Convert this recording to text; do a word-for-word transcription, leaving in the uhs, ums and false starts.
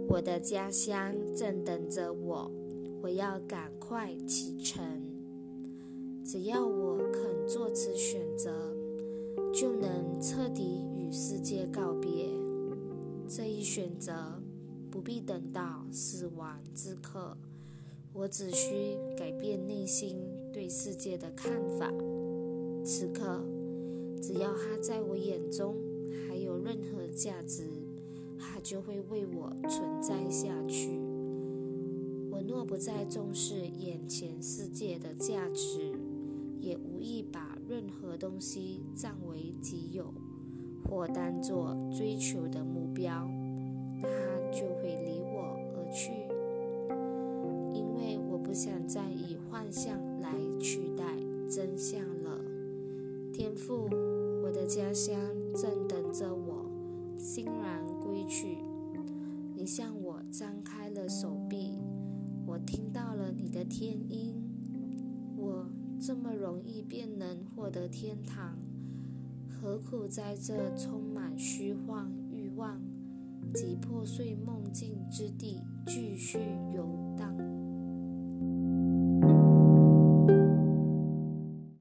我的家乡正等着我，我要赶快启程。只要我肯做此选择，就能彻底与世界告别。这一选择不必等到死亡之刻，我只需改变内心对世界的看法。此刻，只要它在我眼中还有任何价值，它就会为我存在下去。我若不再重视眼前世界的价值，也无意把任何东西占为己有，或当作追求的目标，它就会离我而去。因为我不想再以幻象来取代真相了。天父，我的家乡正等着我欣然归去。你向我张开了手臂，我听到了你的天音。我这么容易便能获得天堂，何苦在这充满虚幻欲望及破碎梦境之地继续游